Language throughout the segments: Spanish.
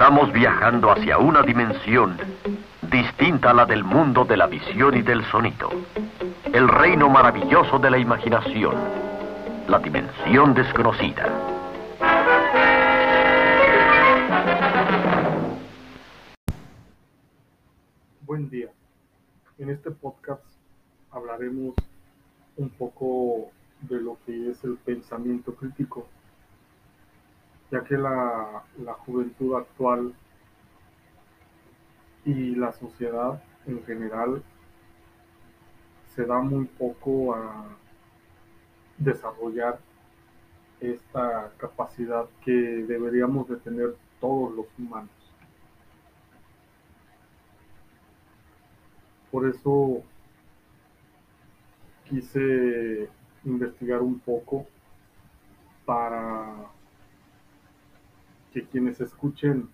Estamos viajando hacia una dimensión distinta a la del mundo de la visión y del sonido. El reino maravilloso de la imaginación, la dimensión desconocida. Buen día. En este podcast hablaremos un poco de lo que es el pensamiento crítico, ya que la juventud actual y la sociedad en general se da muy poco a desarrollar esta capacidad que deberíamos de tener todos los humanos. Por eso quise investigar un poco para que quienes escuchen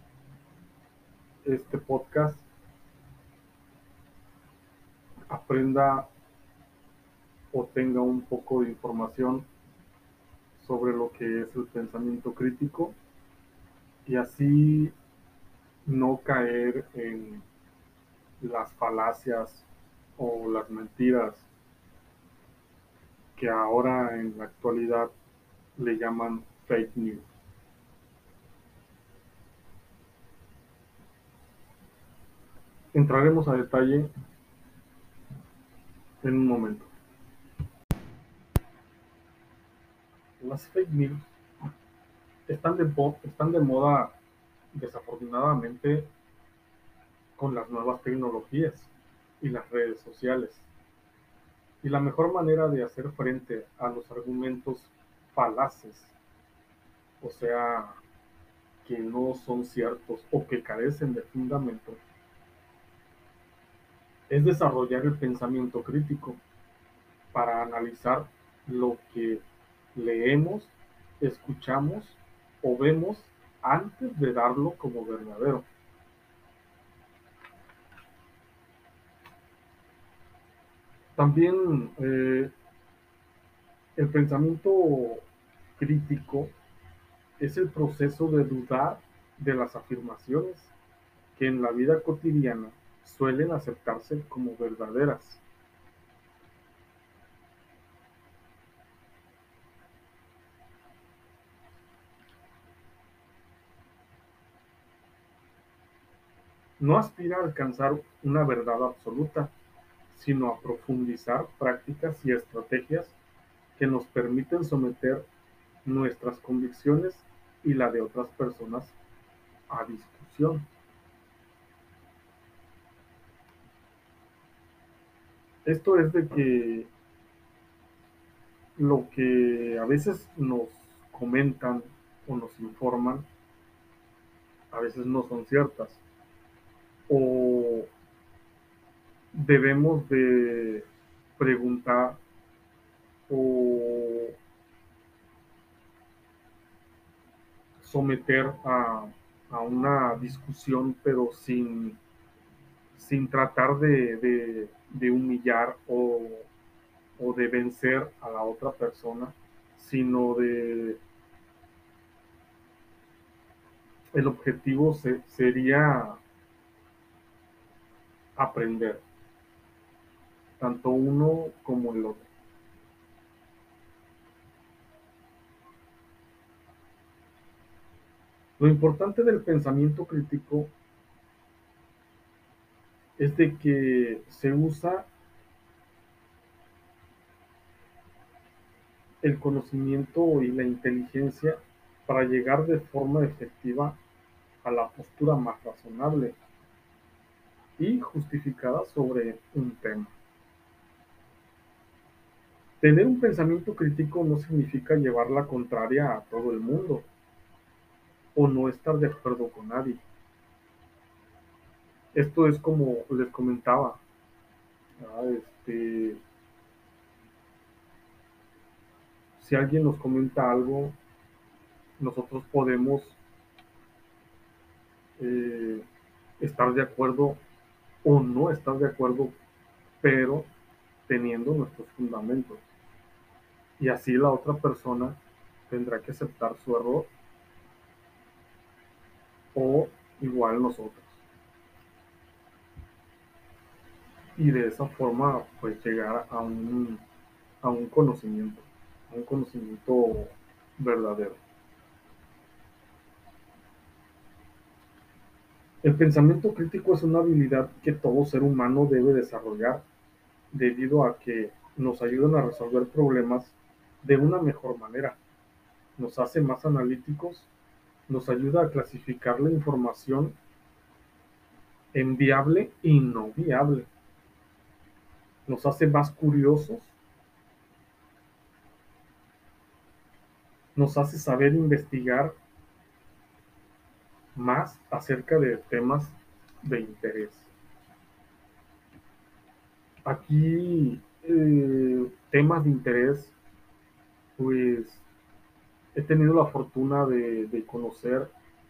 este podcast aprenda o tenga un poco de información sobre lo que es el pensamiento crítico y así no caer en las falacias o las mentiras que ahora en la actualidad le llaman fake news. Entraremos a detalle en un momento. Las fake news están de moda, desafortunadamente, con las nuevas tecnologías y las redes sociales. Y la mejor manera de hacer frente a los argumentos falaces, o sea, que no son ciertos o que carecen de fundamento, es desarrollar el pensamiento crítico para analizar lo que leemos, escuchamos o vemos antes de darlo como verdadero. También el pensamiento crítico es el proceso de dudar de las afirmaciones que en la vida cotidiana suelen aceptarse como verdaderas. No aspira a alcanzar una verdad absoluta, sino a profundizar prácticas y estrategias que nos permiten someter nuestras convicciones y la de otras personas a discusión. Esto es de que lo que a veces nos comentan o nos informan, a veces no son ciertas, o debemos de preguntar o someter a una discusión, pero sin tratar de humillar o de vencer a la otra persona, sino el objetivo sería aprender, tanto uno como el otro. Lo importante del pensamiento crítico es de que se usa el conocimiento y la inteligencia para llegar de forma efectiva a la postura más razonable y justificada sobre un tema. Tener un pensamiento crítico no significa llevar la contraria a todo el mundo o no estar de acuerdo con nadie. Esto es como les comentaba, este, si alguien nos comenta algo, nosotros podemos eh, estar de acuerdo o no estar de acuerdo, pero teniendo nuestros fundamentos. Y así la otra persona tendrá que aceptar su error o igual nosotros. Y de esa forma, pues llegar a un conocimiento verdadero. El pensamiento crítico es una habilidad que todo ser humano debe desarrollar debido a que nos ayudan a resolver problemas de una mejor manera, nos hace más analíticos, nos ayuda a clasificar la información en viable y no viable, nos hace más curiosos, nos hace saber investigar más acerca de temas de interés. Aquí, temas de interés, pues he tenido la fortuna de conocer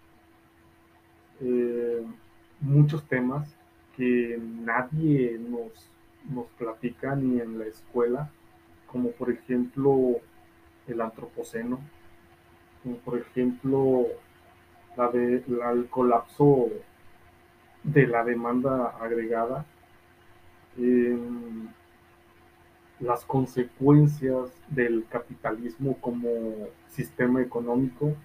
eh, muchos temas que nadie nos platica ni en la escuela, como por ejemplo el antropoceno, como por ejemplo el colapso de la demanda agregada, eh, las consecuencias del capitalismo como sistema económico,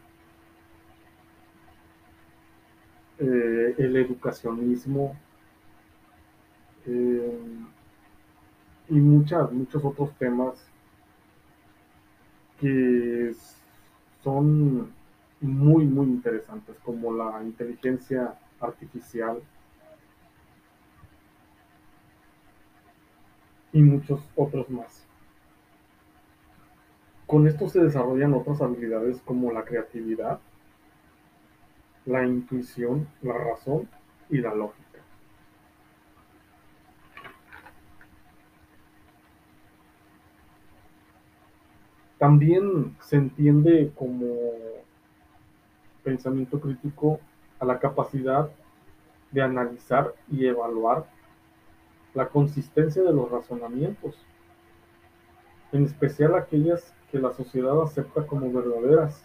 el educacionismo, eh, y muchos otros temas que son muy interesantes, como la inteligencia artificial y muchos otros más. Con esto se desarrollan otras habilidades como la creatividad, la intuición, la razón y la lógica. También se entiende como pensamiento crítico a la capacidad de analizar y evaluar la consistencia de los razonamientos, en especial aquellas que la sociedad acepta como verdaderas.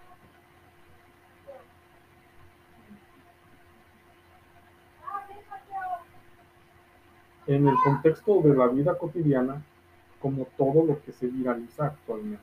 En el contexto de la vida cotidiana, como todo lo que se viraliza actualmente.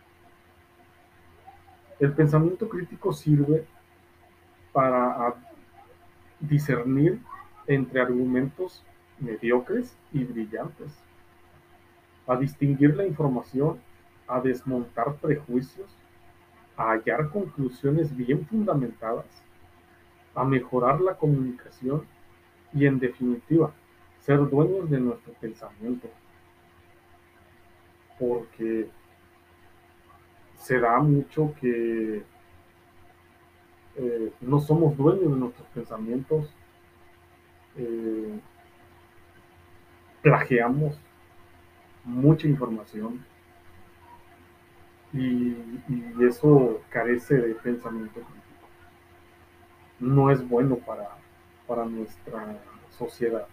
El pensamiento crítico sirve para discernir entre argumentos mediocres y brillantes, a distinguir la información, a desmontar prejuicios, a hallar conclusiones bien fundamentadas, a mejorar la comunicación y, en definitiva, ser dueños de nuestro pensamiento, porque se da mucho que no somos dueños de nuestros pensamientos, eh, plagiamos mucha información y eso carece de pensamiento crítico. No es bueno para nuestra sociedad.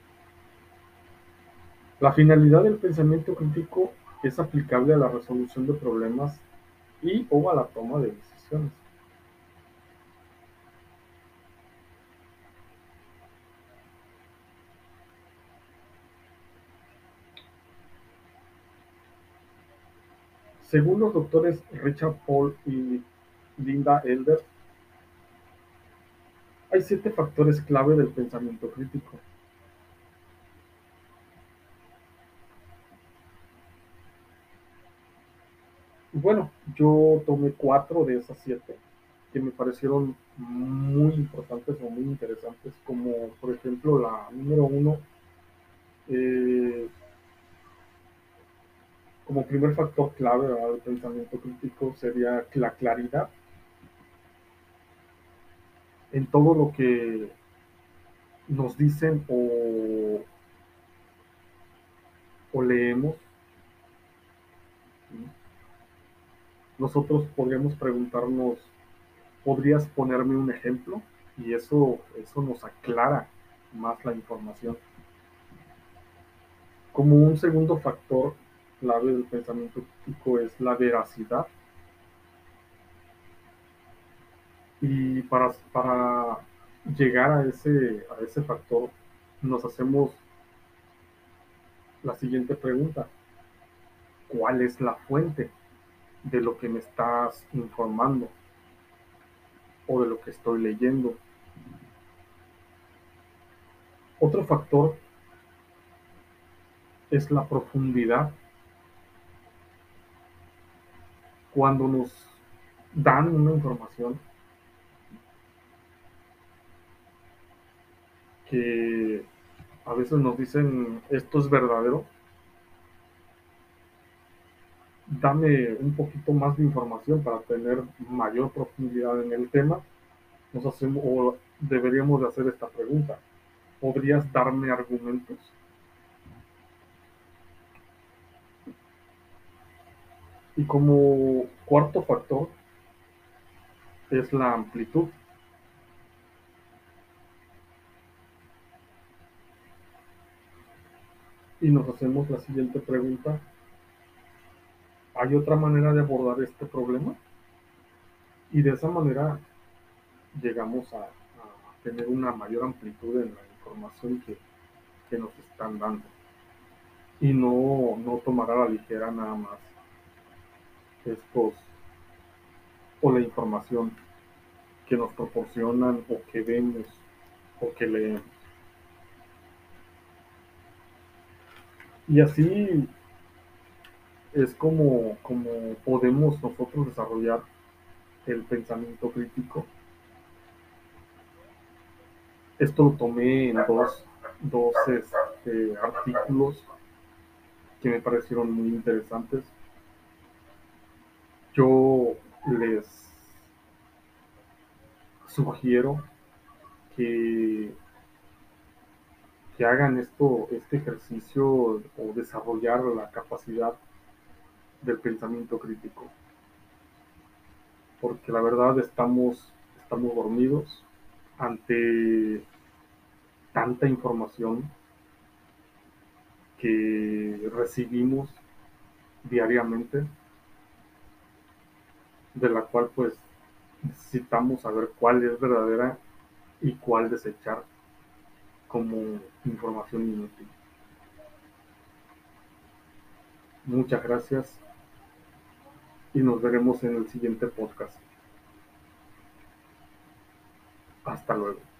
La finalidad del pensamiento crítico es aplicable a la resolución de problemas y o a la toma de decisiones. Según los doctores Richard Paul y Linda Elder, hay 7 factores clave del pensamiento crítico. Bueno, yo tomé 4 de esas 7 que me parecieron muy importantes o muy interesantes, como por ejemplo la número 1, eh, como primer factor clave del pensamiento crítico sería la claridad en todo lo que nos dicen o leemos. Nosotros podríamos preguntarnos, ¿podrías ponerme un ejemplo? Y eso nos aclara más la información. Como un segundo factor clave del pensamiento crítico es la veracidad. Y para llegar a ese factor, nos hacemos la siguiente pregunta: ¿cuál es la fuente de lo que me estás informando o de lo que estoy leyendo? Otro factor es la profundidad. Cuando nos dan una información que a veces nos dicen esto es verdadero, dame un poquito más de información para tener mayor profundidad en el tema. Nos hacemos o deberíamos de hacer esta pregunta: ¿podrías darme argumentos? Y como cuarto factor es la amplitud. Y nos hacemos la siguiente pregunta: ¿hay otra manera de abordar este problema? Y de esa manera llegamos a tener una mayor amplitud en la información que nos están dando. Y no tomar a la ligera nada más estos o la información que nos proporcionan o que vemos o que leemos. Y así es como podemos nosotros desarrollar el pensamiento crítico. Esto lo tomé en dos artículos que me parecieron muy interesantes. Yo les sugiero que, que hagan este ejercicio o desarrollar la capacidad del pensamiento crítico, porque la verdad estamos dormidos ante tanta información que recibimos diariamente, de la cual pues necesitamos saber cuál es verdadera y cuál desechar como información inútil. Muchas gracias y nos veremos en el siguiente podcast. Hasta luego.